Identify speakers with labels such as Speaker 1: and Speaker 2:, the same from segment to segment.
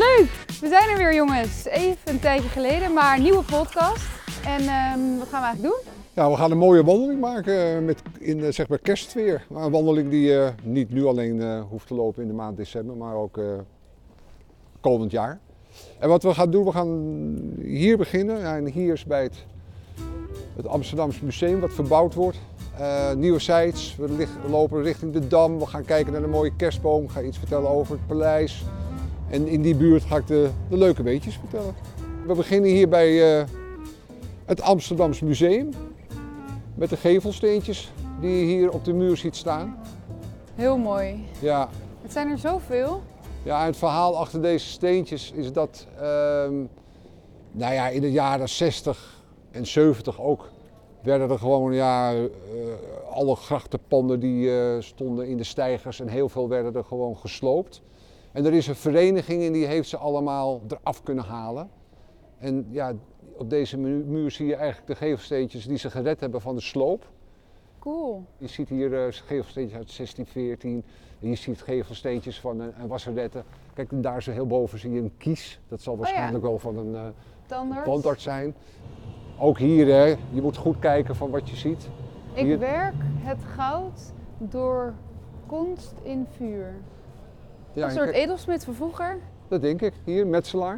Speaker 1: leuk! We zijn er weer, jongens. Even een tijdje geleden, maar een nieuwe podcast. En wat gaan we eigenlijk doen?
Speaker 2: Ja, we gaan een mooie wandeling maken in zeg maar kerstsfeer. Maar een wandeling die niet nu alleen hoeft te lopen in de maand december, maar ook komend jaar. En wat we gaan doen, we gaan hier beginnen. Ja, en hier is bij het Amsterdamse Museum wat verbouwd wordt. Nieuwe sites, we lopen richting de Dam, we gaan kijken naar de mooie kerstboom, ik ga iets vertellen over het paleis. En in die buurt ga ik de leuke weetjes vertellen. We beginnen hier bij het Amsterdamse Museum. Met de gevelsteentjes die je hier op de muur ziet staan.
Speaker 1: Heel mooi.
Speaker 2: Ja.
Speaker 1: Het zijn er zoveel.
Speaker 2: Ja, en het verhaal achter deze steentjes is dat in de jaren 60 en 70 ook werden er gewoon alle grachtenpanden die stonden in de steigers en heel veel werden er gewoon gesloopt. En er is een vereniging en die heeft ze allemaal eraf kunnen halen. En ja, op deze muur zie je eigenlijk de gevelsteentjes die ze gered hebben van de sloop.
Speaker 1: Cool.
Speaker 2: Je ziet hier gevelsteentjes uit 1614. En je ziet gevelsteentjes van een wasserette. Kijk, daar zo heel boven zie je een kies. Dat zal waarschijnlijk wel van een tandarts zijn. Ook hier, hè, je moet goed kijken van wat je ziet.
Speaker 1: Ik werk het goud door konst in vuur. Ja, een soort edelsmid van vroeger?
Speaker 2: Dat denk ik. Hier, metselaar.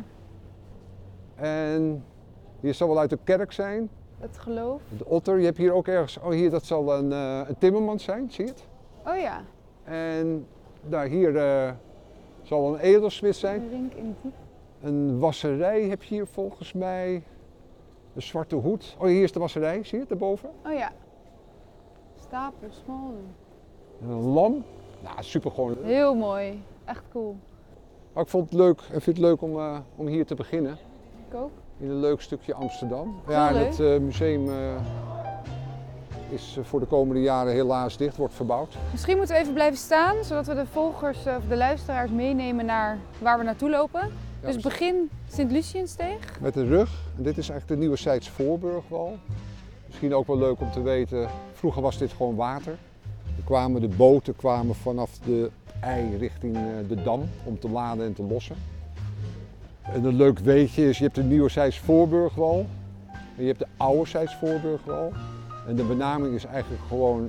Speaker 2: En hier zal wel uit de kerk zijn.
Speaker 1: Het geloof.
Speaker 2: De otter. Je hebt hier ook ergens, hier dat zal een timmerman zijn, zie je het?
Speaker 1: Oh ja.
Speaker 2: En daar hier zal wel een edelsmid zijn.
Speaker 1: Een rink in diep.
Speaker 2: Een wasserij heb je hier volgens mij. De Zwarte Hoed. Oh, hier is de wasserij, zie je het daarboven?
Speaker 1: Oh ja. Stapel, Smalden.
Speaker 2: En een lam. Nou, super gewoon.
Speaker 1: Heel mooi. Echt cool.
Speaker 2: Maar ik vond het leuk en vind het leuk om hier te beginnen.
Speaker 1: Ik ook.
Speaker 2: In een leuk stukje Amsterdam.
Speaker 1: Ja,
Speaker 2: en het museum is voor de komende jaren helaas dicht, wordt verbouwd.
Speaker 1: Misschien moeten we even blijven staan, zodat we de volgers of de luisteraars meenemen naar waar we naartoe lopen.
Speaker 2: Ja,
Speaker 1: dus begin Sint-Luciensteeg.
Speaker 2: Met de rug. En dit is eigenlijk de nieuwe Zijds Voorburgwal. Misschien ook wel leuk om te weten, vroeger was dit gewoon water. De boten kwamen vanaf de IJ richting de Dam om te laden en te lossen. En een leuk weetje is, je hebt de nieuwe Zijds Voorburgwal en je hebt de oude Zijds Voorburgwal. En de benaming is eigenlijk gewoon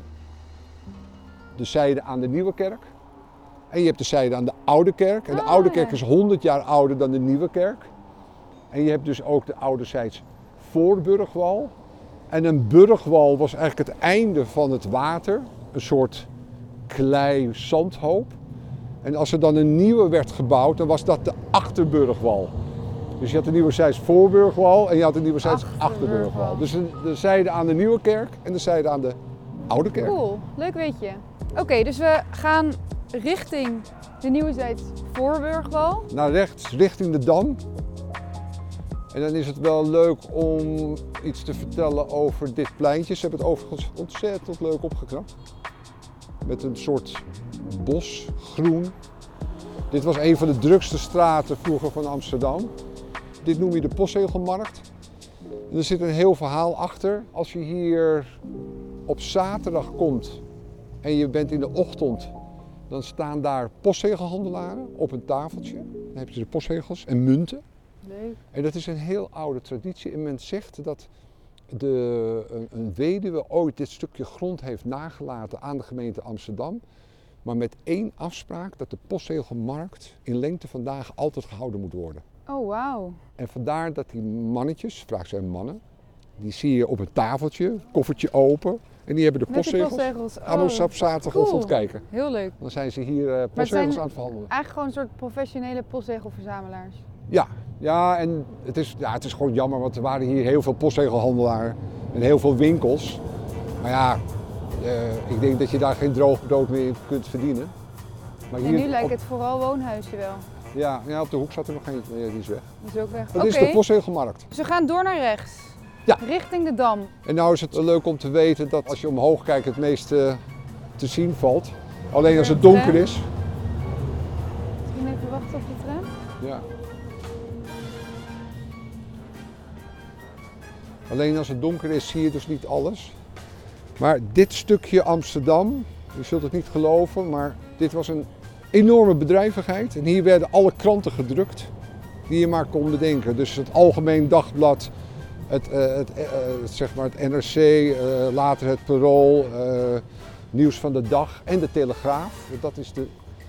Speaker 2: de zijde aan de Nieuwe Kerk. En je hebt de zijde aan de Oude Kerk. En de Oude Kerk is 100 jaar ouder dan de Nieuwe Kerk. En je hebt dus ook de oude Zijds Voorburgwal. En een burgwal was eigenlijk het einde van het water. Een soort klei-zandhoop. En als er dan een nieuwe werd gebouwd, dan was dat de Achterburgwal. Dus je had de nieuwe Zijds Voorburgwal en je had de nieuwe Zijds Achterburgwal. Dus de zijde aan de Nieuwe Kerk en de zijde aan de Oude Kerk.
Speaker 1: Cool, leuk weetje. Oké, dus we gaan richting de nieuwe Zijds Voorburgwal.
Speaker 2: Naar rechts, richting de Dam. En dan is het wel leuk om iets te vertellen over dit pleintje. Ze hebben het overigens ontzettend leuk opgeknapt. Met een soort bosgroen. Dit was een van de drukste straten vroeger van Amsterdam. Dit noem je de Postzegelmarkt. En er zit een heel verhaal achter. Als je hier op zaterdag komt en je bent in de ochtend, dan staan daar postzegelhandelaren op een tafeltje. Dan heb je de postzegels en munten.
Speaker 1: Leuk.
Speaker 2: En dat is een heel oude traditie. En men zegt dat een weduwe ooit dit stukje grond heeft nagelaten aan de gemeente Amsterdam. Maar met één afspraak, dat de postzegelmarkt in lengte vandaag altijd gehouden moet worden.
Speaker 1: Oh, wauw.
Speaker 2: En vandaar dat die mannetjes, vaak zijn mannen, die zie je op een tafeltje, koffertje open. En die hebben de postzegels. Gaan we op zaterdagochtend kijken.
Speaker 1: Heel leuk.
Speaker 2: Dan zijn ze hier postzegels aan het verhandelen.
Speaker 1: Eigenlijk gewoon een soort professionele postzegelverzamelaars.
Speaker 2: Ja, en het is gewoon jammer, want er waren hier heel veel postzegelhandelaren en heel veel winkels. Maar ja, ik denk dat je daar geen droog brood meer in kunt verdienen. Maar
Speaker 1: hier, en nu lijkt het vooral woonhuisje wel.
Speaker 2: Ja, op de hoek zat er nog eentje, die is weg.
Speaker 1: Die is ook weg.
Speaker 2: Dat is de postzegelmarkt.
Speaker 1: Dus we gaan door naar rechts.
Speaker 2: Ja.
Speaker 1: Richting de Dam.
Speaker 2: En nou is het leuk om te weten dat als je omhoog kijkt het meeste te zien valt. Alleen als het donker is.
Speaker 1: Misschien even wachten op de tram.
Speaker 2: Ja. Alleen als het donker is zie je dus niet alles. Maar dit stukje Amsterdam, je zult het niet geloven, maar dit was een enorme bedrijvigheid. En hier werden alle kranten gedrukt. die je maar kon bedenken. Dus het Algemeen Dagblad, zeg maar het NRC, later het Parool, Nieuws van de Dag en de Telegraaf. Dat is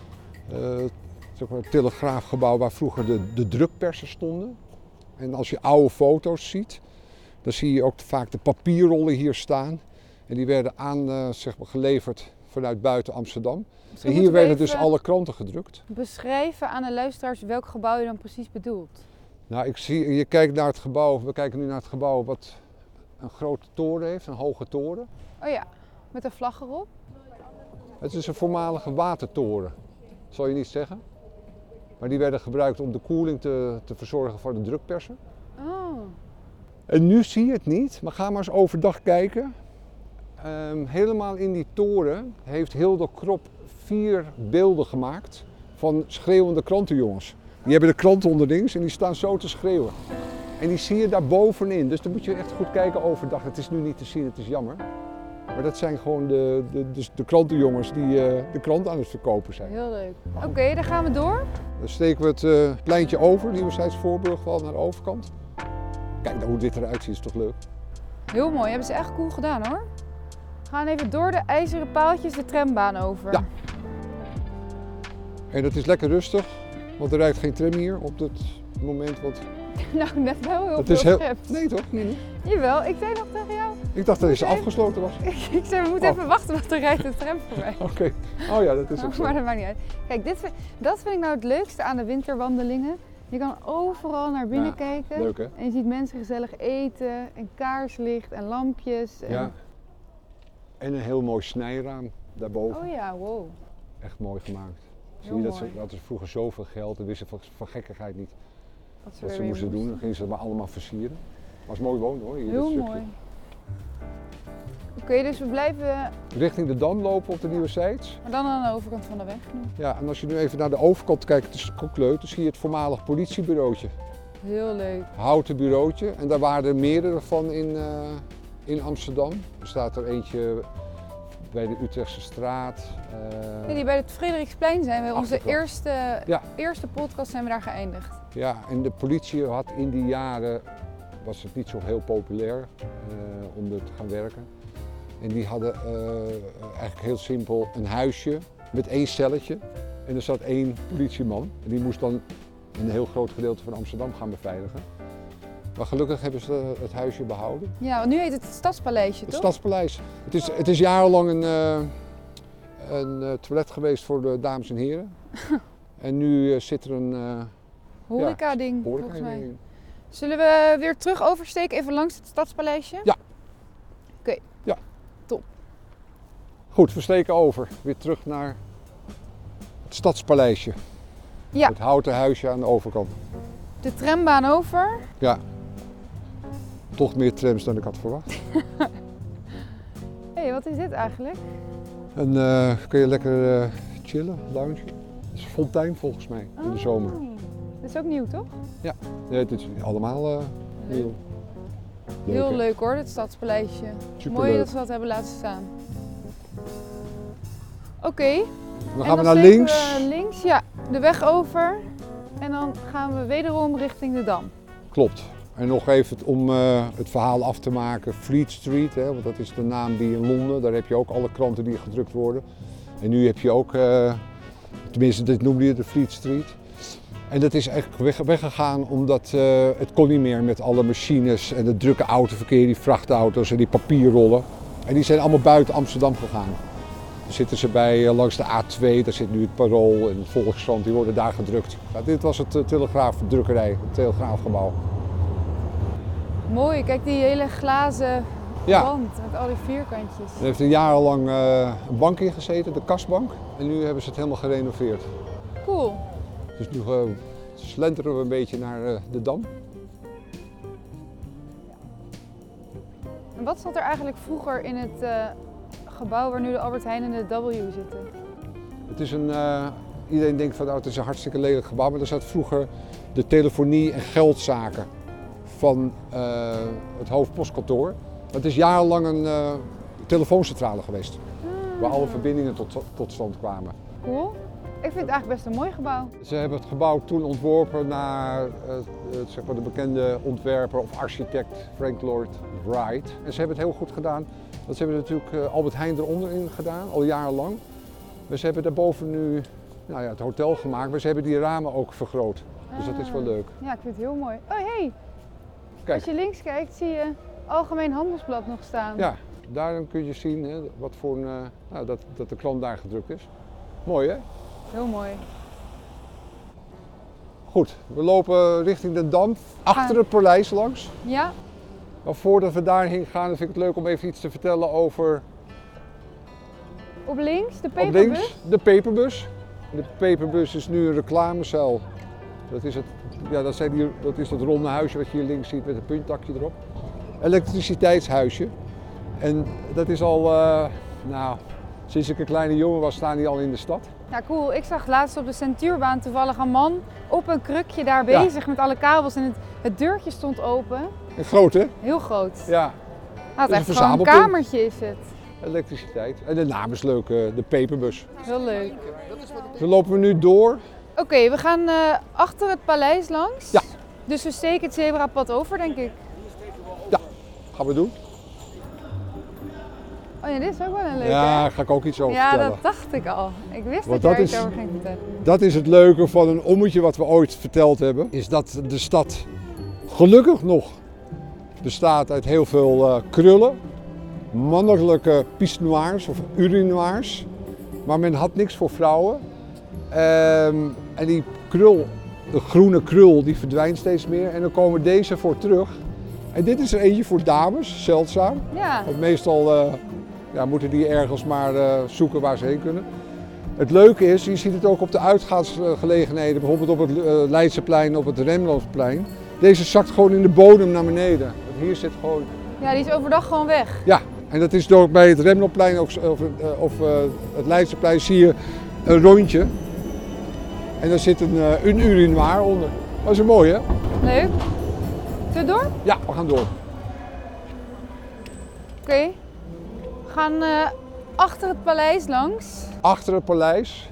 Speaker 2: zeg maar het Telegraafgebouw waar vroeger de drukpersen stonden. En als je oude foto's ziet, dan zie je ook vaak de papierrollen hier staan. En die werden zeg maar, geleverd vanuit buiten Amsterdam. En hier werden dus alle kranten gedrukt.
Speaker 1: Beschrijven aan de luisteraars welk gebouw je dan precies bedoelt.
Speaker 2: Nou, je kijkt naar het gebouw, we kijken nu naar het gebouw wat een grote toren heeft, een hoge toren.
Speaker 1: Oh ja, met een vlag erop.
Speaker 2: Het is een voormalige watertoren, zal je niet zeggen. Maar die werden gebruikt om de koeling te verzorgen voor de drukpersen.
Speaker 1: Oh.
Speaker 2: En nu zie je het niet, maar ga maar eens overdag kijken. Helemaal in die toren heeft Hilde Krop 4 beelden gemaakt van schreeuwende krantenjongens. Die hebben de krant onder links en die staan zo te schreeuwen. En die zie je daar bovenin, dus dan moet je echt goed kijken overdag. Het is nu niet te zien, het is jammer. Maar dat zijn gewoon de krantenjongens die de krant aan het verkopen zijn.
Speaker 1: Heel leuk. Oké, dan gaan we door.
Speaker 2: Dan steken we het pleintje over, Nieuwezijds Voorburgwal, naar de overkant. Kijk nou hoe dit eruit ziet, is toch leuk?
Speaker 1: Heel mooi, hebben ze echt cool gedaan hoor. We gaan even door de ijzeren paaltjes de trambaan over.
Speaker 2: Ja. En het is lekker rustig, want er rijdt geen tram hier op dit moment. Want
Speaker 1: nou, net wel heel
Speaker 2: veel
Speaker 1: schept.
Speaker 2: Nee toch? Nee.
Speaker 1: Jawel, ik zei nog tegen jou.
Speaker 2: Ik dacht dat deze afgesloten was.
Speaker 1: Ik zei, we moeten even wachten, want er rijdt een tram voorbij.
Speaker 2: Oké. Oh ja, dat is ook zo.
Speaker 1: Maar dat maakt niet uit. Kijk, dat vind ik nou het leukste aan de winterwandelingen. Je kan overal naar binnen kijken.
Speaker 2: Leuk hè?
Speaker 1: En je ziet mensen gezellig eten en kaarslicht en lampjes. En...
Speaker 2: Ja. En een heel mooi snijraam daarboven.
Speaker 1: Oh ja, wow.
Speaker 2: Echt mooi gemaakt. Zie
Speaker 1: Heel
Speaker 2: je
Speaker 1: mooi.
Speaker 2: dat ze vroeger zoveel geld en wisten van gekkigheid niet wat ze
Speaker 1: weer
Speaker 2: moesten doen. Dan gingen ze het maar allemaal versieren. Maar het is mooi wonen hoor. Hier
Speaker 1: heel
Speaker 2: dit
Speaker 1: mooi. Oké, dus we blijven...
Speaker 2: richting de Dam lopen op de Nieuwezijds.
Speaker 1: Maar dan aan de overkant van de weg nu.
Speaker 2: Ja, en als je nu even naar de overkant kijkt, het is ook leuk, dan zie je het voormalig politiebureautje.
Speaker 1: Heel leuk.
Speaker 2: Houten bureautje. En daar waren er meerdere van in Amsterdam. Er staat er eentje bij de Utrechtse straat.
Speaker 1: Ja, die bij het Frederiksplein zijn we. Onze
Speaker 2: Achterkant.
Speaker 1: eerste podcast zijn we daar geëindigd.
Speaker 2: Ja, en de politie had in die jaren, was het niet zo heel populair om er te gaan werken. En die hadden eigenlijk heel simpel een huisje met 1 celletje. En er zat 1 politieman. En die moest dan een heel groot gedeelte van Amsterdam gaan beveiligen. Maar gelukkig hebben ze het huisje behouden.
Speaker 1: Ja, want nu heet het Stadspaleisje, toch?
Speaker 2: Het Stadspaleis. Het is jarenlang een toilet geweest voor de dames en heren. En nu zit er een
Speaker 1: horeca-ding,
Speaker 2: horeca
Speaker 1: volgens mij.
Speaker 2: in.
Speaker 1: Zullen we weer terug oversteken, even langs het Stadspaleisje?
Speaker 2: Ja.
Speaker 1: Oké.
Speaker 2: Ja.
Speaker 1: Top.
Speaker 2: Goed, we steken over. Weer terug naar het Stadspaleisje.
Speaker 1: Ja.
Speaker 2: Het houten huisje aan de overkant.
Speaker 1: De trambaan over.
Speaker 2: Ja. Toch meer trams dan ik had verwacht.
Speaker 1: Hé, wat is dit eigenlijk?
Speaker 2: En kun je lekker chillen, loungen. Het is een fontein volgens mij in de zomer.
Speaker 1: Dat is ook nieuw, toch?
Speaker 2: Ja, het is allemaal nieuw.
Speaker 1: Heel leuk hoor, het Stadspaleisje.
Speaker 2: Superleuk.
Speaker 1: Mooi dat ze dat hebben laten staan. Oké.
Speaker 2: Dan gaan we naar links.
Speaker 1: Links, ja. De weg over. En dan gaan we wederom richting de Dam.
Speaker 2: Klopt. En nog even om het verhaal af te maken, Fleet Street, hè, want dat is de naam die in Londen, daar heb je ook alle kranten die gedrukt worden. En nu heb je ook, tenminste dit noemde je de Fleet Street. En dat is eigenlijk weggegaan omdat het kon niet meer met alle machines en het drukke autoverkeer, die vrachtauto's en die papierrollen. En die zijn allemaal buiten Amsterdam gegaan. Dan zitten ze bij langs de A2, daar zit nu het Parool en het Volkskrant, die worden daar gedrukt. Ja, dit was het telegraafdrukkerij, het telegraafgebouw.
Speaker 1: Mooi, kijk die hele glazen wand met al die vierkantjes.
Speaker 2: Er heeft er jarenlang een bank in gezeten, de kasbank. En nu hebben ze het helemaal gerenoveerd.
Speaker 1: Cool.
Speaker 2: Dus nu slenteren we een beetje naar de Dam.
Speaker 1: En wat zat er eigenlijk vroeger in het gebouw waar nu de Albert Heijn en de W zitten?
Speaker 2: Het is iedereen denkt van het is een hartstikke lelijk gebouw, maar er zat vroeger de telefonie en geldzaken van het hoofdpostkantoor. Het is jarenlang een telefooncentrale geweest, waar alle verbindingen tot stand kwamen.
Speaker 1: Cool. Ik vind het eigenlijk best een mooi gebouw.
Speaker 2: Ze hebben het gebouw toen ontworpen naar zeg maar de bekende ontwerper of architect Frank Lloyd Wright. En ze hebben het heel goed gedaan, want ze hebben natuurlijk Albert Heijn eronder in gedaan, al jarenlang. Maar ze hebben daarboven nu het hotel gemaakt, maar ze hebben die ramen ook vergroot. Dus dat is wel leuk.
Speaker 1: Ja, ik vind het heel mooi. Oh hey,
Speaker 2: Kijk.
Speaker 1: Als je links kijkt zie je Algemeen Handelsblad nog staan.
Speaker 2: Ja, daarin kun je zien wat voor dat de krant daar gedrukt is. Mooi hè?
Speaker 1: Heel mooi.
Speaker 2: Goed, we lopen richting de Dam, achter het paleis langs.
Speaker 1: Ja.
Speaker 2: Maar voordat we daarheen gaan, vind ik het leuk om even iets te vertellen over...
Speaker 1: Op links, de
Speaker 2: Peperbus. Op links, de Peperbus. De Peperbus is nu een reclamecel. Dat is dat ronde huisje wat je hier links ziet met een punttakje erop. Elektriciteitshuisje. En dat is al, sinds ik een kleine jongen was, staan die al in de stad.
Speaker 1: Ja, cool. Ik zag laatst op de Centuurbaan toevallig een man op een krukje daar bezig met alle kabels en het deurtje stond open.
Speaker 2: En groot hè?
Speaker 1: Heel groot.
Speaker 2: Ja.
Speaker 1: Het is echt gewoon een kamertje is het.
Speaker 2: Elektriciteit. En de naam is leuk, de Peperbus.
Speaker 1: Heel leuk.
Speaker 2: Dan lopen we nu door.
Speaker 1: Oké, we gaan achter het paleis langs.
Speaker 2: Ja.
Speaker 1: Dus we steken het zebrapad over, denk ik.
Speaker 2: Ja, gaan we doen.
Speaker 1: Oh ja, dit is ook wel een leuke.
Speaker 2: Ja, daar ga ik ook iets over vertellen.
Speaker 1: Ja, dat dacht ik al. Ik wist
Speaker 2: Want
Speaker 1: dat je iets over ging vertellen.
Speaker 2: Dat is het leuke van een ommetje wat we ooit verteld hebben. Is dat de stad gelukkig nog bestaat uit heel veel krullen. Mannelijke pissoirs of urinoirs. Maar men had niks voor vrouwen. En die krul, de groene krul, die verdwijnt steeds meer. En dan komen deze voor terug. En dit is er eentje voor dames, zeldzaam.
Speaker 1: Ja.
Speaker 2: Want meestal moeten die ergens maar zoeken waar ze heen kunnen. Het leuke is, je ziet het ook op de uitgaansgelegenheden, bijvoorbeeld op het Leidseplein, op het Rembrandtplein. Deze zakt gewoon in de bodem naar beneden. Want hier zit gewoon...
Speaker 1: Ja, die is overdag gewoon weg.
Speaker 2: Ja, en dat is door bij het Rembrandtplein of het Leidseplein zie je een rondje. En daar zit een urinoir onder. Dat is een mooi hè?
Speaker 1: Leuk. Zullen we door?
Speaker 2: Ja, we gaan door.
Speaker 1: Oké. We gaan achter het paleis langs.
Speaker 2: Achter het paleis.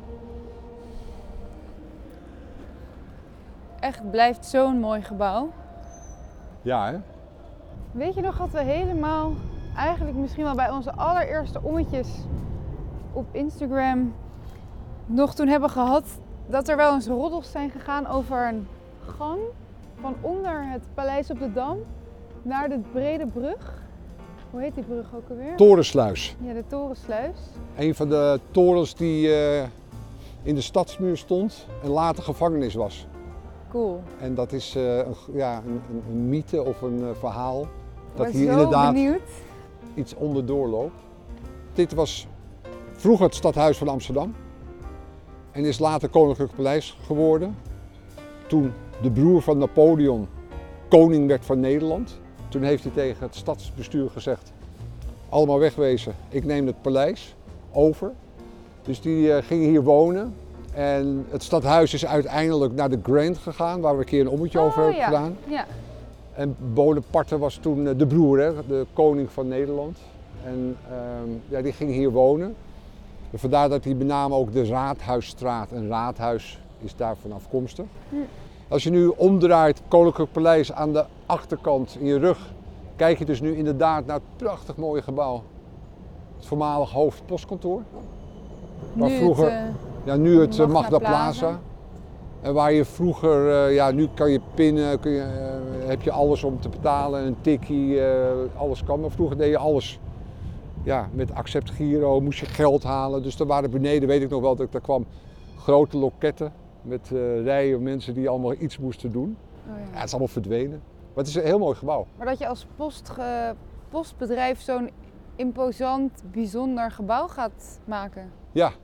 Speaker 1: Echt blijft zo'n mooi gebouw.
Speaker 2: Ja hè?
Speaker 1: Weet je nog wat we helemaal, eigenlijk misschien wel bij onze allereerste ommetjes op Instagram nog toen hebben gehad, dat er wel eens roddels zijn gegaan over een gang van onder het paleis op de Dam naar de brede brug. Hoe heet die brug ook alweer?
Speaker 2: Torensluis.
Speaker 1: Ja, de Torensluis.
Speaker 2: Een van de torens die in de stadsmuur stond en later gevangenis was.
Speaker 1: Cool.
Speaker 2: En dat is een mythe of een verhaal dat
Speaker 1: Ik
Speaker 2: hier
Speaker 1: ben zo
Speaker 2: inderdaad
Speaker 1: benieuwd.
Speaker 2: iets onderdoor loopt. Dit was vroeger het stadhuis van Amsterdam en is later Koninklijk Paleis geworden. Toen de broer van Napoleon koning werd van Nederland. Toen heeft hij tegen het stadsbestuur gezegd, allemaal wegwezen, ik neem het paleis over. Dus die gingen hier wonen. En het stadhuis is uiteindelijk naar de Grand gegaan, waar we een keer een ommetje over hebben gedaan.
Speaker 1: Ja.
Speaker 2: En Bonaparte was toen de broer, hè, de koning van Nederland. En die ging hier wonen. Vandaar dat die benamen ook de Raadhuisstraat. Een raadhuis is daarvan afkomstig. Als je nu omdraait, Koninklijk Paleis aan de achterkant in je rug, kijk je dus nu inderdaad naar het prachtig mooie gebouw. Het voormalig hoofdpostkantoor. Waar nu het Magna Plaza. En waar je vroeger, nu kan je pinnen, heb je alles om te betalen, een tikkie, alles kan. Maar vroeger deed je alles met Accept Giro, moest je geld halen. Dus er waren beneden, weet ik nog wel, dat ik daar kwam, grote loketten met rijen mensen die allemaal iets moesten doen.
Speaker 1: Oh ja.
Speaker 2: Het is allemaal verdwenen. Maar het is een heel mooi gebouw.
Speaker 1: Maar dat je als postbedrijf zo'n imposant, bijzonder gebouw gaat maken.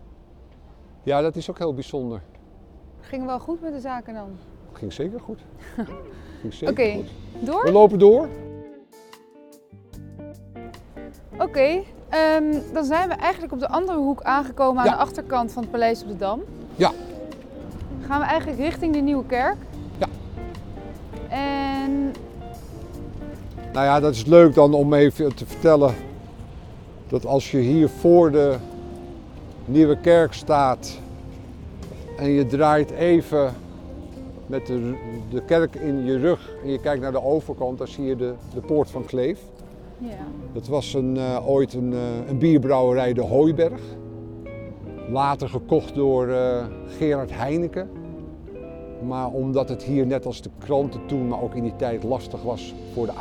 Speaker 2: Ja, dat is ook heel bijzonder.
Speaker 1: Ging wel goed met de zaken dan?
Speaker 2: Ging zeker goed.
Speaker 1: Oké, door?
Speaker 2: We lopen door.
Speaker 1: Oké, dan zijn we eigenlijk op de andere hoek aangekomen aan de achterkant van het Paleis op de Dam.
Speaker 2: Ja.
Speaker 1: Gaan we eigenlijk richting de Nieuwe Kerk.
Speaker 2: Ja.
Speaker 1: En...
Speaker 2: Nou ja, dat is leuk dan om even te vertellen dat als je hier voor de Nieuwe Kerk staat en je draait even met de kerk in je rug en je kijkt naar de overkant, dan zie je de poort van Kleef.
Speaker 1: Ja.
Speaker 2: Dat was ooit een bierbrouwerij, de Hooiberg. Later gekocht door Gerard Heineken. Maar omdat het hier net als de kranten toen, maar ook in die tijd lastig was voor de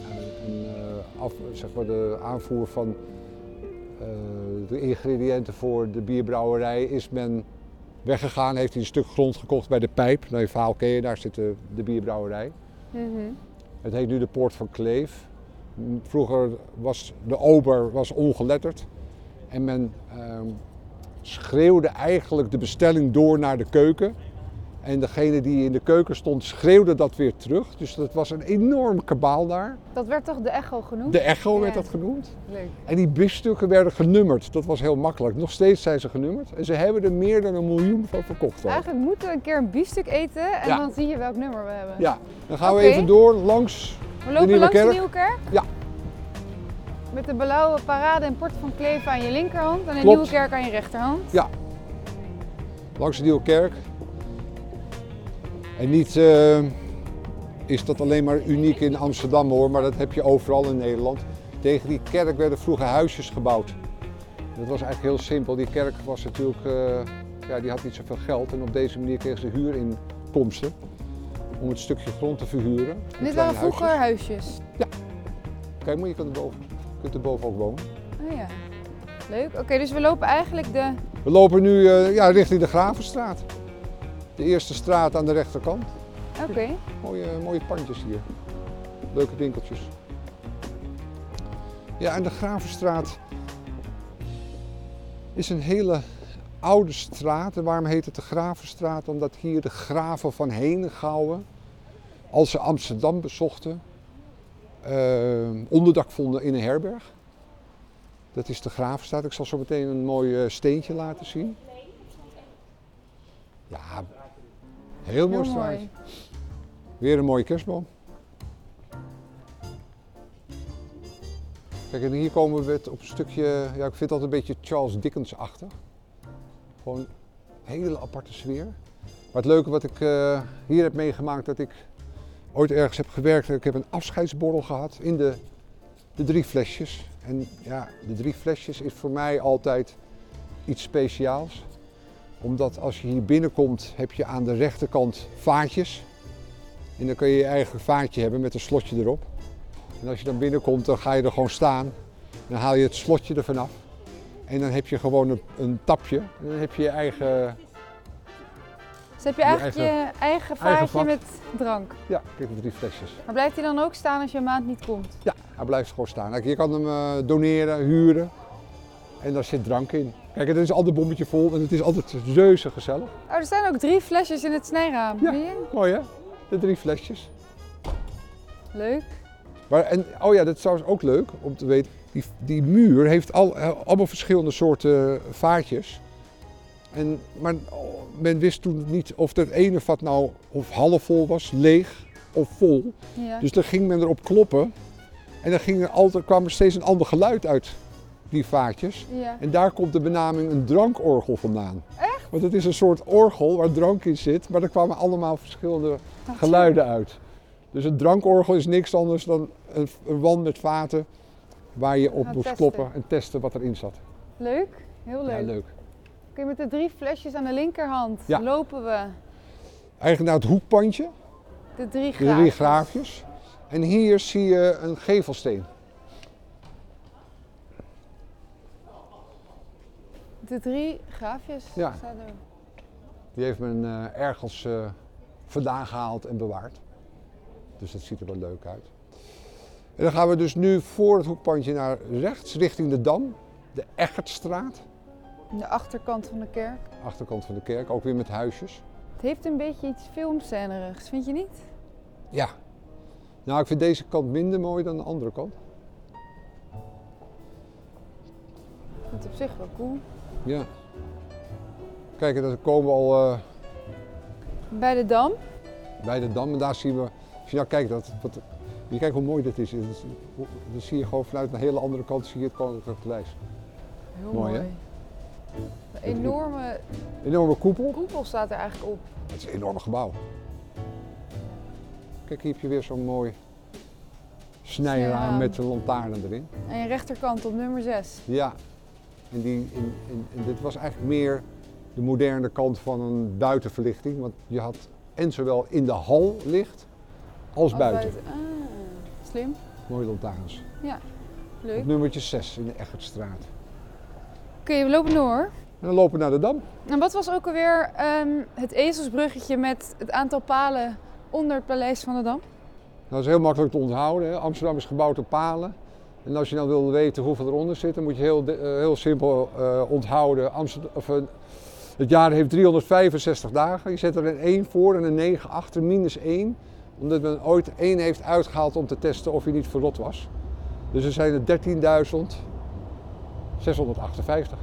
Speaker 2: de aanvoer van de ingrediënten voor de bierbrouwerij, is men weggegaan, heeft hij een stuk grond gekocht bij de Pijp. Nou, je verhaal ken je, daar zit de bierbrouwerij.
Speaker 1: Mhm.
Speaker 2: Het heet nu de Poort van Kleef. Vroeger was de ober ongeletterd en men schreeuwde eigenlijk de bestelling door naar de keuken. En degene die in de keuken stond schreeuwde dat weer terug. Dus dat was een enorm kabaal daar.
Speaker 1: Dat werd toch de echo genoemd?
Speaker 2: De echo werd
Speaker 1: Ja.
Speaker 2: dat genoemd.
Speaker 1: Leuk.
Speaker 2: En die biefstukken werden genummerd. Dat was heel makkelijk. Nog steeds zijn ze genummerd. En ze hebben er meer dan 1 miljoen van verkocht al.
Speaker 1: Eigenlijk moeten we een keer een biefstuk eten en
Speaker 2: Ja.
Speaker 1: dan zie je welk nummer we hebben.
Speaker 2: Ja, dan gaan we
Speaker 1: Oké.
Speaker 2: even door langs
Speaker 1: We
Speaker 2: de
Speaker 1: lopen
Speaker 2: Nieuwe
Speaker 1: langs
Speaker 2: Kerk.
Speaker 1: de Nieuwe Kerk.
Speaker 2: Ja.
Speaker 1: Met de blauwe parade en Port van Kleef aan je linkerhand en de
Speaker 2: Klopt.
Speaker 1: Nieuwe Kerk aan je rechterhand.
Speaker 2: Ja. Langs de Nieuwe Kerk. En niet is dat alleen maar uniek in Amsterdam hoor, maar dat heb je overal in Nederland. Tegen die kerk werden vroeger huisjes gebouwd. Dat was eigenlijk heel simpel. Die kerk was natuurlijk, die had niet zoveel geld en op deze manier kregen ze huurinkomsten om het stukje grond te verhuren.
Speaker 1: En dit
Speaker 2: Kleine
Speaker 1: waren vroeger
Speaker 2: huisjes.
Speaker 1: huisjes.
Speaker 2: Kijk maar, je kunt erboven ook wonen.
Speaker 1: Oh ja. Leuk. Oké, dus we lopen eigenlijk
Speaker 2: We lopen nu richting de Gravenstraat. De eerste straat aan de rechterkant.
Speaker 1: Oké.
Speaker 2: Mooie pandjes hier. Leuke winkeltjes. Ja, en de Gravenstraat is een hele oude straat. En waarom heet het de Gravenstraat? Omdat hier de graven van Henegouwen, als ze Amsterdam bezochten, onderdak vonden in een herberg. Dat is de Gravenstraat. Ik zal zo meteen een mooi steentje laten zien. Ja, heel mooi
Speaker 1: Heel
Speaker 2: straatje.
Speaker 1: mooi.
Speaker 2: Weer een mooie kerstboom. Kijk, en hier komen we op een stukje, ja, ik vind het altijd een beetje Charles Dickens-achtig. Gewoon een hele aparte sfeer. Maar het leuke wat ik hier heb meegemaakt, dat ik ooit ergens heb gewerkt. Ik heb een afscheidsborrel gehad in de 3 flesjes. En ja, de 3 flesjes is voor mij altijd iets speciaals. Omdat als je hier binnenkomt, heb je aan de rechterkant vaatjes. En dan kun je je eigen vaatje hebben met een slotje erop. En als je dan binnenkomt, dan ga je er gewoon staan. Dan haal je het slotje ervan af. En dan heb je gewoon een tapje. En dan heb je je eigen...
Speaker 1: Dus heb je eigenlijk je eigen vaatje
Speaker 2: vak.
Speaker 1: met drank.
Speaker 2: Ja, kijk, de 3 flesjes.
Speaker 1: Maar blijft hij dan ook staan als je een maand niet komt?
Speaker 2: Ja, hij blijft gewoon staan. Kijk, je kan hem doneren, huren. En daar zit drank in. Kijk, het is altijd een bommetje vol en het is altijd reuze gezellig.
Speaker 1: Oh, er staan ook 3 flesjes in het snijraam.
Speaker 2: Ja.
Speaker 1: Zie je?
Speaker 2: Mooi hè? De 3 flesjes.
Speaker 1: Leuk.
Speaker 2: Oh ja, dat is trouwens ook leuk om te weten. Die muur heeft allemaal verschillende soorten vaatjes. Maar men wist toen niet of het ene vat nou of half vol was, leeg of vol.
Speaker 1: Ja.
Speaker 2: Dus dan ging men erop kloppen. En dan kwam er steeds een ander geluid uit die vaatjes.
Speaker 1: Ja.
Speaker 2: En daar komt de benaming een drankorgel vandaan. Echt? Want het is een soort orgel waar drank in zit, maar er kwamen allemaal verschillende geluiden uit. Dus een drankorgel is niks anders dan een wand met vaten waar je op
Speaker 1: Gaan
Speaker 2: moest
Speaker 1: testen.
Speaker 2: kloppen en testen wat erin zat.
Speaker 1: Leuk. Heel leuk.
Speaker 2: Ja, leuk.
Speaker 1: Oké, met de 3 flesjes aan de linkerhand
Speaker 2: Ja.
Speaker 1: lopen we
Speaker 2: Eigenlijk naar het hoekpandje,
Speaker 1: de 3
Speaker 2: de 3 graafjes. En hier zie je een gevelsteen.
Speaker 1: De 3 graafjes
Speaker 2: Ja.
Speaker 1: staan er.
Speaker 2: Die heeft men ergens vandaan gehaald en bewaard. Dus dat ziet er wel leuk uit. En dan gaan we dus nu voor het hoekpandje naar rechts, richting de Dam. De Eggertstraat,
Speaker 1: De achterkant van de kerk.
Speaker 2: achterkant van de kerk, ook weer met huisjes.
Speaker 1: Het heeft een beetje iets filmscenerigs, vind je niet?
Speaker 2: Ja. Nou, ik vind deze kant minder mooi dan de andere kant.
Speaker 1: Dat is op zich wel cool.
Speaker 2: Ja. Kijk, dan komen we al
Speaker 1: Bij de Dam.
Speaker 2: bij de Dam en daar zien we... Als je nou kijkt, je kijkt hoe mooi dit is. Dan zie je gewoon vanuit een hele andere kant zie je het Koninklijk Paleis.
Speaker 1: Heel
Speaker 2: Mooi,
Speaker 1: mooi.
Speaker 2: hè?
Speaker 1: Een
Speaker 2: Enorme koepel.
Speaker 1: koepel staat er eigenlijk op.
Speaker 2: Het is een enorm gebouw. Kijk, hier heb je weer zo'n mooi snijraam met een lantaarn erin.
Speaker 1: En je rechterkant op nummer 6.
Speaker 2: Ja, en dit was eigenlijk meer de moderne kant van een buitenverlichting. Want je had en zowel in de hal licht als buiten.
Speaker 1: Ah, slim.
Speaker 2: Mooie lantaarns.
Speaker 1: Ja, leuk.
Speaker 2: Op nummertje 6 in de Eggertstraat.
Speaker 1: Oké, we lopen door.
Speaker 2: En dan lopen we naar de Dam.
Speaker 1: En wat was ook alweer het ezelsbruggetje met het aantal palen onder het Paleis van de Dam?
Speaker 2: Dat is heel makkelijk te onthouden. Hè. Amsterdam is gebouwd op palen. En als je nou wil weten hoeveel eronder zit, dan moet je heel simpel onthouden. Het jaar heeft 365 dagen. Je zet er een 1 voor en een 9 achter, minus 1. Omdat men ooit 1 heeft uitgehaald om te testen of hij niet verrot was. Dus er zijn er 13.658.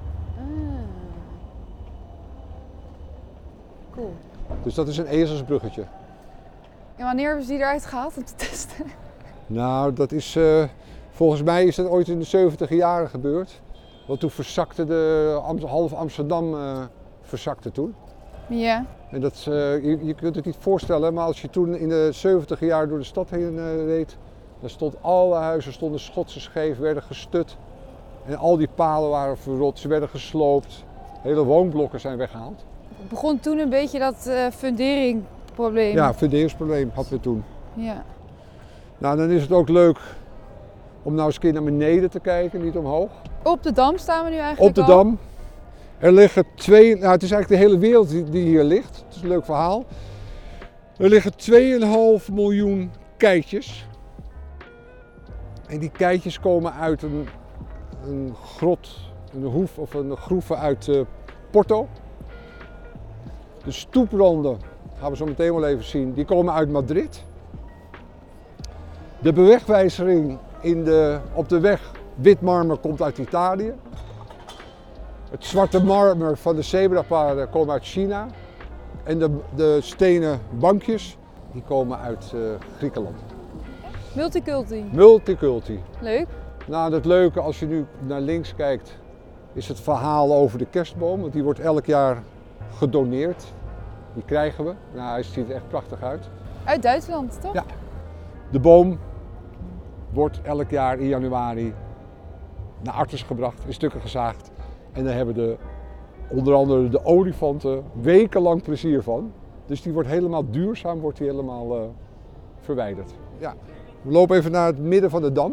Speaker 1: Cool.
Speaker 2: Dus dat is een ezelsbruggetje.
Speaker 1: En wanneer hebben ze die eruit gehaald om te testen?
Speaker 2: Nou, dat is, volgens mij is dat ooit in de 70 jaren gebeurd. Want toen verzakte half Amsterdam verzakte toen.
Speaker 1: Ja.
Speaker 2: En dat, je kunt het niet voorstellen, maar als je toen in de 70 jaar door de stad heen reed, dan stonden alle huizen schotsen scheef, werden gestut. En al die palen waren verrot, ze werden gesloopt. Hele woonblokken zijn weggehaald.
Speaker 1: Het begon toen een beetje dat funderingprobleem.
Speaker 2: Ja, funderingsprobleem hadden we toen.
Speaker 1: Ja.
Speaker 2: Nou, dan is het ook leuk om nou eens een keer naar beneden te kijken, niet omhoog.
Speaker 1: Op de Dam staan we nu eigenlijk
Speaker 2: Op de
Speaker 1: al.
Speaker 2: Dam. Er liggen het is eigenlijk de hele wereld die hier ligt. Het is een leuk verhaal. Er liggen 2,5 miljoen keitjes. En die keitjes komen uit een grot, een hoef of een groeve uit Porto. De stoepranden, gaan we zo meteen wel even zien, die komen uit Madrid. De bewegwijzering op de weg wit marmer komt uit Italië. Het zwarte marmer van de zebrapaden komen uit China. En de stenen bankjes, die komen uit Griekenland.
Speaker 1: Multiculti.
Speaker 2: Multiculti.
Speaker 1: Leuk.
Speaker 2: Nou, het leuke als je nu naar links kijkt, is het verhaal over de kerstboom. Want die wordt elk jaar gedoneerd. Die krijgen we. Nou, hij ziet er echt prachtig uit.
Speaker 1: Uit Duitsland, toch?
Speaker 2: Ja. De boom wordt elk jaar in januari naar Artes gebracht, in stukken gezaagd. En daar hebben onder andere de olifanten wekenlang plezier van. Dus die wordt helemaal duurzaam, wordt die helemaal verwijderd. Ja. We lopen even naar het midden van de Dam.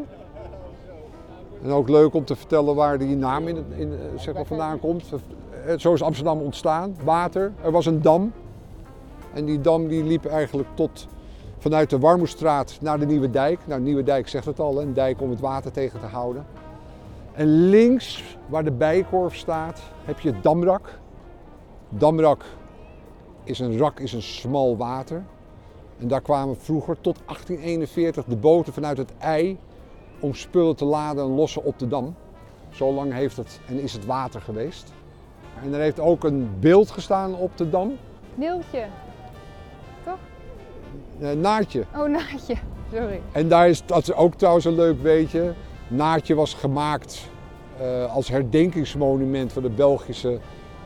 Speaker 2: En ook leuk om te vertellen waar die naam zeg maar vandaan komt. Zo is Amsterdam ontstaan, water. Er was een dam. En die dam die liep eigenlijk vanuit de Warmoestraat naar de Nieuwe Dijk. Nou, de Nieuwe Dijk zegt het al, een dijk om het water tegen te houden. En links, waar de Bijenkorf staat, heb je het Damrak. Damrak is een smal water. En daar kwamen vroeger tot 1841 de boten vanuit het IJ om spullen te laden en lossen op de Dam. Zo lang heeft het en is het water geweest. En er heeft ook een beeld gestaan op de Dam.
Speaker 1: Neeltje. Toch?
Speaker 2: Naartje.
Speaker 1: Oh, Naatje. Sorry.
Speaker 2: En dat is ook trouwens een leuk weetje. Naartje was gemaakt als herdenkingsmonument van de Belgische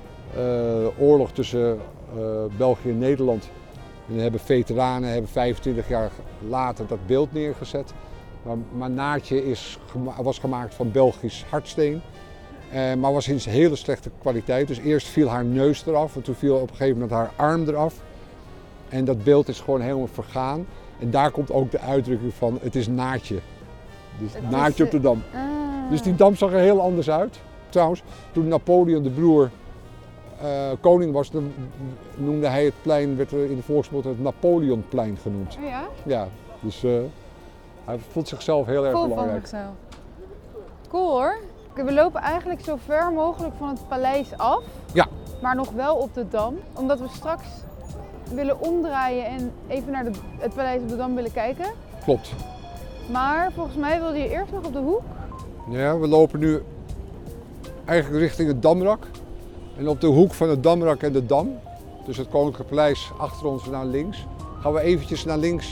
Speaker 2: oorlog tussen België en Nederland. En dan hebben veteranen 25 jaar later dat beeld neergezet. Maar Naartje was gemaakt van Belgisch hardsteen. Maar was in hele slechte kwaliteit. Dus eerst viel haar neus eraf en toen viel op een gegeven moment haar arm eraf. En dat beeld is gewoon helemaal vergaan. En daar komt ook de uitdrukking van het is Naartje. Dus Naartje op de Dam. Dus die dam zag er heel anders uit. Trouwens, toen Napoleon de broer koning was, dan noemde hij het plein, werd er in de volksmond het Napoleonplein genoemd.
Speaker 1: Oh ja?
Speaker 2: Ja, dus hij voelt zichzelf heel erg
Speaker 1: Vol
Speaker 2: belangrijk.
Speaker 1: van zichzelf. Cool hoor. We lopen eigenlijk zo ver mogelijk van het paleis af.
Speaker 2: Ja.
Speaker 1: Maar nog wel op de Dam. Omdat we straks willen omdraaien en even naar het paleis op de Dam willen kijken.
Speaker 2: Klopt.
Speaker 1: Maar volgens mij wilde je eerst nog op de hoek.
Speaker 2: Ja, we lopen nu eigenlijk richting het Damrak. En op de hoek van het Damrak en de Dam, dus het Koninklijke Paleis achter ons naar links, gaan we eventjes naar links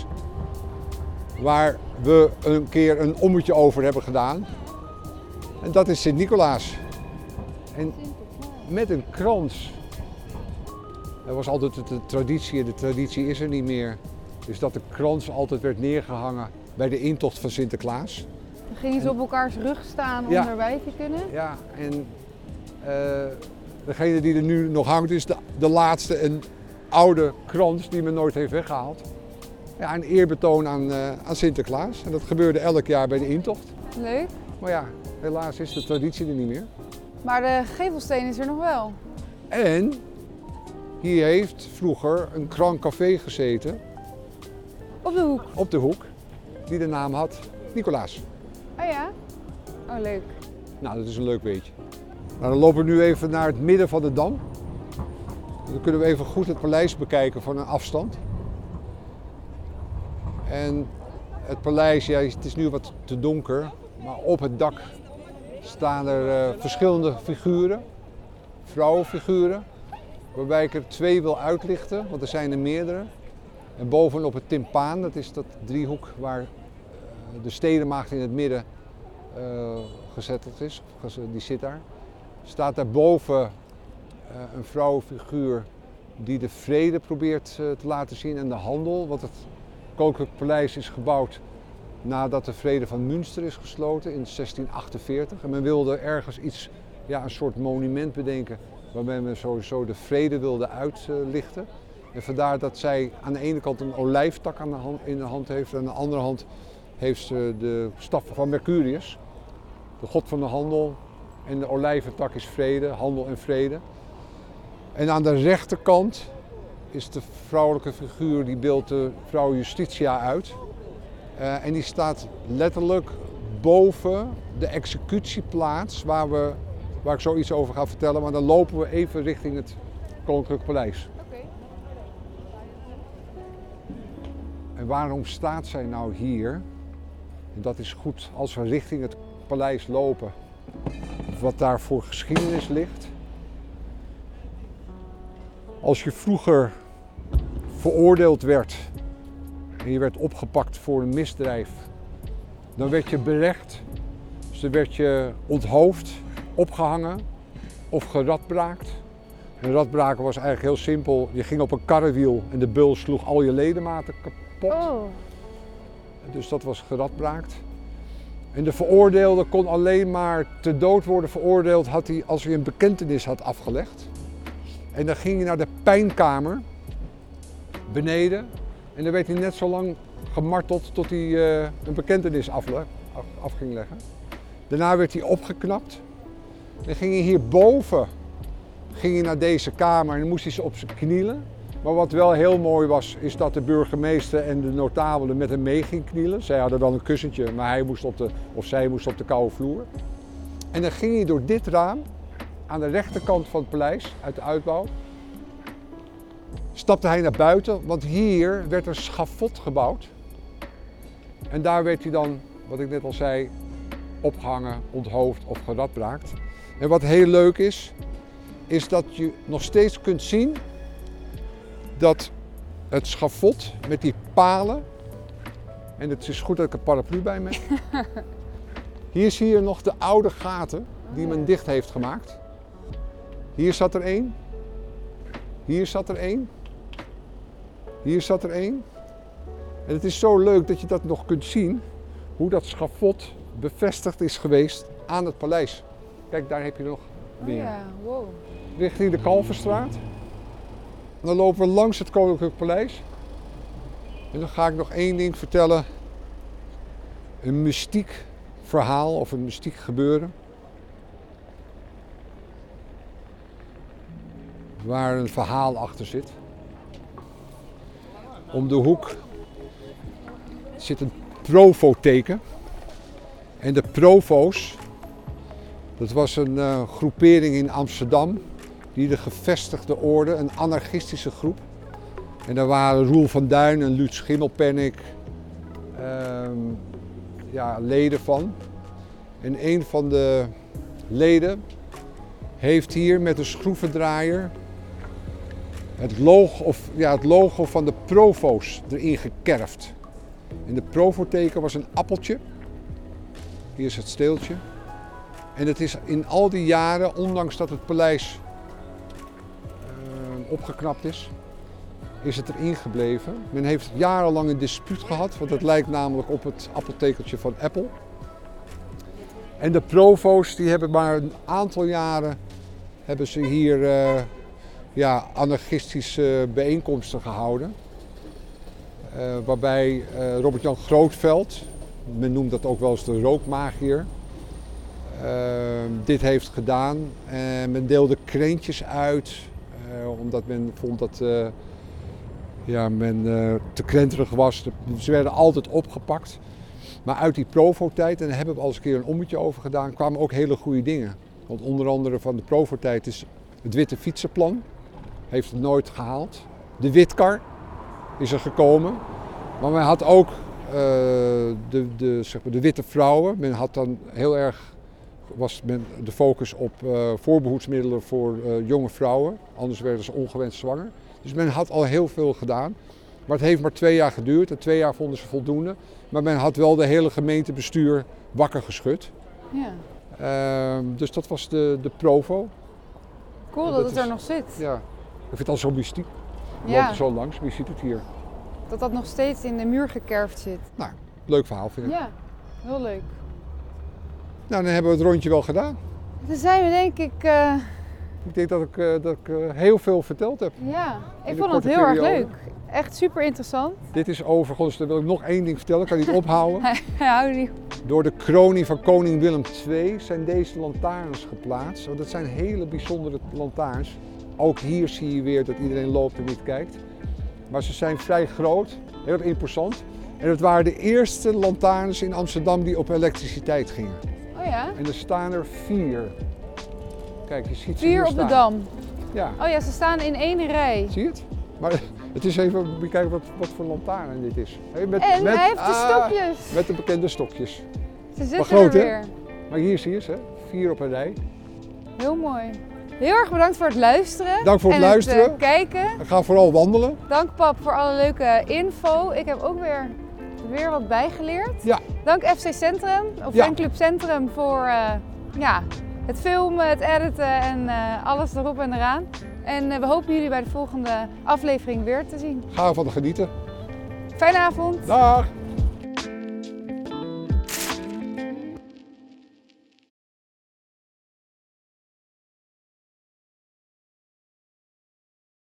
Speaker 2: waar we een keer een ommetje over hebben gedaan. En dat is Sint-Nicolaas. En met een krans. Dat was altijd de traditie en de traditie is er niet meer. Dus dat de krans altijd werd neergehangen bij de intocht van Sinterklaas.
Speaker 1: Dan gingen ze op elkaars rug staan om
Speaker 2: Ja.
Speaker 1: erbij te kunnen.
Speaker 2: Ja, en degene die er nu nog hangt is de laatste een oude krans die men nooit heeft weggehaald. Ja, een eerbetoon aan Sinterklaas. En dat gebeurde elk jaar bij de intocht.
Speaker 1: Leuk.
Speaker 2: Maar ja, helaas is de traditie er niet meer.
Speaker 1: Maar de gevelsteen is er nog wel.
Speaker 2: En hier heeft vroeger een Grand Café gezeten
Speaker 1: Op de hoek.
Speaker 2: op de hoek die de naam had Nicolaas.
Speaker 1: Oh ja? Oh, leuk.
Speaker 2: Nou, dat is een leuk weetje. Nou, dan lopen we nu even naar het midden van de Dam. Dan kunnen we even goed het paleis bekijken van een afstand. En het paleis, ja, het is nu wat te donker, maar op het dak staan er verschillende figuren, vrouwenfiguren, waarbij ik er 2 wil uitlichten, want er zijn er meerdere. En bovenop het timpaan, dat is dat driehoek waar de stedenmaagd in het midden gezetteld is, die zit daar. Staat daarboven een vrouwenfiguur die de vrede probeert te laten zien en de handel, want het Koninklijk Paleis is gebouwd nadat de Vrede van Münster is gesloten in 1648. En men wilde ergens iets, ja, een soort monument bedenken waarbij men sowieso de vrede wilde uitlichten. En vandaar dat zij aan de ene kant een olijftak in de hand heeft en aan de andere hand heeft ze de staf van Mercurius, de god van de handel. En de olijventak is vrede, handel en vrede. En aan de rechterkant is de vrouwelijke figuur, die beeldt de vrouw Justitia uit. En die staat letterlijk boven de executieplaats waar ik zoiets over ga vertellen. Maar dan lopen we even richting het Koninklijk Paleis.
Speaker 1: Oké.
Speaker 2: En waarom staat zij nou hier? En dat is goed als we richting het paleis lopen. Wat daar voor geschiedenis ligt. Als je vroeger veroordeeld werd en je werd opgepakt voor een misdrijf, dan werd je berecht. Dus dan werd je onthoofd, opgehangen of geradbraakt. En radbraken was eigenlijk heel simpel. Je ging op een karrewiel en de bul sloeg al je ledematen kapot.
Speaker 1: Oh.
Speaker 2: Dus dat was geradbraakt. En de veroordeelde kon alleen maar te dood worden veroordeeld als hij een bekentenis had afgelegd. En dan ging hij naar de pijnkamer beneden en dan werd hij net zo lang gemarteld tot hij een bekentenis af ging leggen. Daarna werd hij opgeknapt. Dan ging hij hierboven naar deze kamer en dan moest hij ze op zijn knielen. Maar wat wel heel mooi was, is dat de burgemeester en de notabelen met hem mee gingen knielen. Zij hadden wel een kussentje, maar zij moest op de koude vloer. En dan ging hij door dit raam, aan de rechterkant van het paleis, uit de uitbouw, stapte hij naar buiten, want hier werd een schafot gebouwd. En daar werd hij dan, wat ik net al zei, opgehangen, onthoofd of geradbraakt. En wat heel leuk is dat je nog steeds kunt zien dat het schafot met die palen, en het is goed dat ik een paraplu bij me heb. Hier zie je nog de oude gaten die men dicht heeft gemaakt. Hier zat er één. Hier zat er één. Hier zat er één. En het is zo leuk dat je dat nog kunt zien, hoe dat schafot bevestigd is geweest aan het paleis. Kijk, daar heb je nog meer.
Speaker 1: Oh ja, wow.
Speaker 2: Richting de Kalverstraat. En dan lopen we langs het Koninklijk Paleis. En dan ga ik nog één ding vertellen. Een mystiek verhaal of een mystiek gebeuren. Waar een verhaal achter zit. Om de hoek zit een Provo-teken. En de Provo's, dat was een groepering in Amsterdam. Die de gevestigde orde, een anarchistische groep. En daar waren Roel van Duin en Lutz Schimmelpenninck leden van. En een van de leden heeft hier met een schroevendraaier het logo van de Provo's erin gekerfd. En de Provo-teken was een appeltje. Hier is het steeltje. En het is in al die jaren, ondanks dat het paleis opgeknapt is het erin gebleven. Men heeft jarenlang een dispuut gehad, want het lijkt namelijk op het appeltekeltje van Apple. En de provo's die hebben maar een aantal jaren hebben ze hier anarchistische bijeenkomsten gehouden. Waarbij Robert-Jan Grootveld, men noemt dat ook wel eens de rookmagier, dit heeft gedaan. Men deelde krentjes uit, omdat men vond dat men te krenterig was. Ze werden altijd opgepakt. Maar uit die Provo-tijd, en daar hebben we al eens een keer een ommetje over gedaan, kwamen ook hele goede dingen. Want onder andere van de Provo-tijd is het witte fietsenplan, heeft het nooit gehaald. De witkar is er gekomen. Maar men had ook de witte vrouwen. Men had dan heel erg, was men de focus op voorbehoedsmiddelen voor jonge vrouwen. Anders werden ze ongewenst zwanger. Dus men had al heel veel gedaan. Maar het heeft maar 2 jaar geduurd en 2 jaar vonden ze voldoende. Maar men had wel de hele gemeentebestuur wakker geschud.
Speaker 1: Ja.
Speaker 2: Dus dat was de Provo.
Speaker 1: Cool dat het er nog zit.
Speaker 2: Ja, ik vind het al zo mystiek. Je
Speaker 1: Ja.
Speaker 2: loopt er zo langs, maar je ziet het hier.
Speaker 1: Dat nog steeds in de muur gekerfd zit.
Speaker 2: Nou, leuk verhaal vind ik.
Speaker 1: Ja, heel leuk.
Speaker 2: Nou, dan hebben we het rondje wel gedaan.
Speaker 1: Dan zijn we denk ik...
Speaker 2: Ik denk dat ik heel veel verteld heb.
Speaker 1: Ja, ik
Speaker 2: een
Speaker 1: vond het
Speaker 2: korte
Speaker 1: heel erg
Speaker 2: periode.
Speaker 1: leuk. Echt super interessant.
Speaker 2: Dit is overigens, dan wil ik nog één ding vertellen, ik kan niet ophouden.
Speaker 1: Hij houdt niet.
Speaker 2: Door de kroning van koning Willem II zijn deze lantaarns geplaatst. Want dat zijn hele bijzondere lantaarns. Ook hier zie je weer dat iedereen loopt en niet kijkt. Maar ze zijn vrij groot, heel imposant. En het waren de eerste lantaarns in Amsterdam die op elektriciteit gingen.
Speaker 1: Oh ja?
Speaker 2: En er staan er 4. Kijk, je ziet ze
Speaker 1: 4
Speaker 2: hier
Speaker 1: op
Speaker 2: staan.
Speaker 1: de Dam.
Speaker 2: Ja,
Speaker 1: Oh ja, ze staan in 1 rij.
Speaker 2: zie je het? Maar het is even bekijken wat voor lantaarn dit is. Hey,
Speaker 1: En hij heeft de stokjes.
Speaker 2: Met de bekende stokjes.
Speaker 1: Ze zitten
Speaker 2: groot,
Speaker 1: er
Speaker 2: hè?
Speaker 1: weer.
Speaker 2: Maar hier zie je ze, 4 op een rij.
Speaker 1: Heel mooi. Heel erg bedankt voor het luisteren.
Speaker 2: Dank voor het
Speaker 1: en
Speaker 2: luisteren.
Speaker 1: Het kijken.
Speaker 2: En ga vooral wandelen.
Speaker 1: Dank pap voor alle leuke info. Ik heb ook weer wat bijgeleerd.
Speaker 2: Ja.
Speaker 1: Dank FC Centrum, of
Speaker 2: Ja.
Speaker 1: Fanclub Centrum voor het filmen, het editen en alles erop en eraan. En we hopen jullie bij de volgende aflevering weer te zien.
Speaker 2: Ga ervan genieten.
Speaker 1: Fijne avond.
Speaker 2: Dag!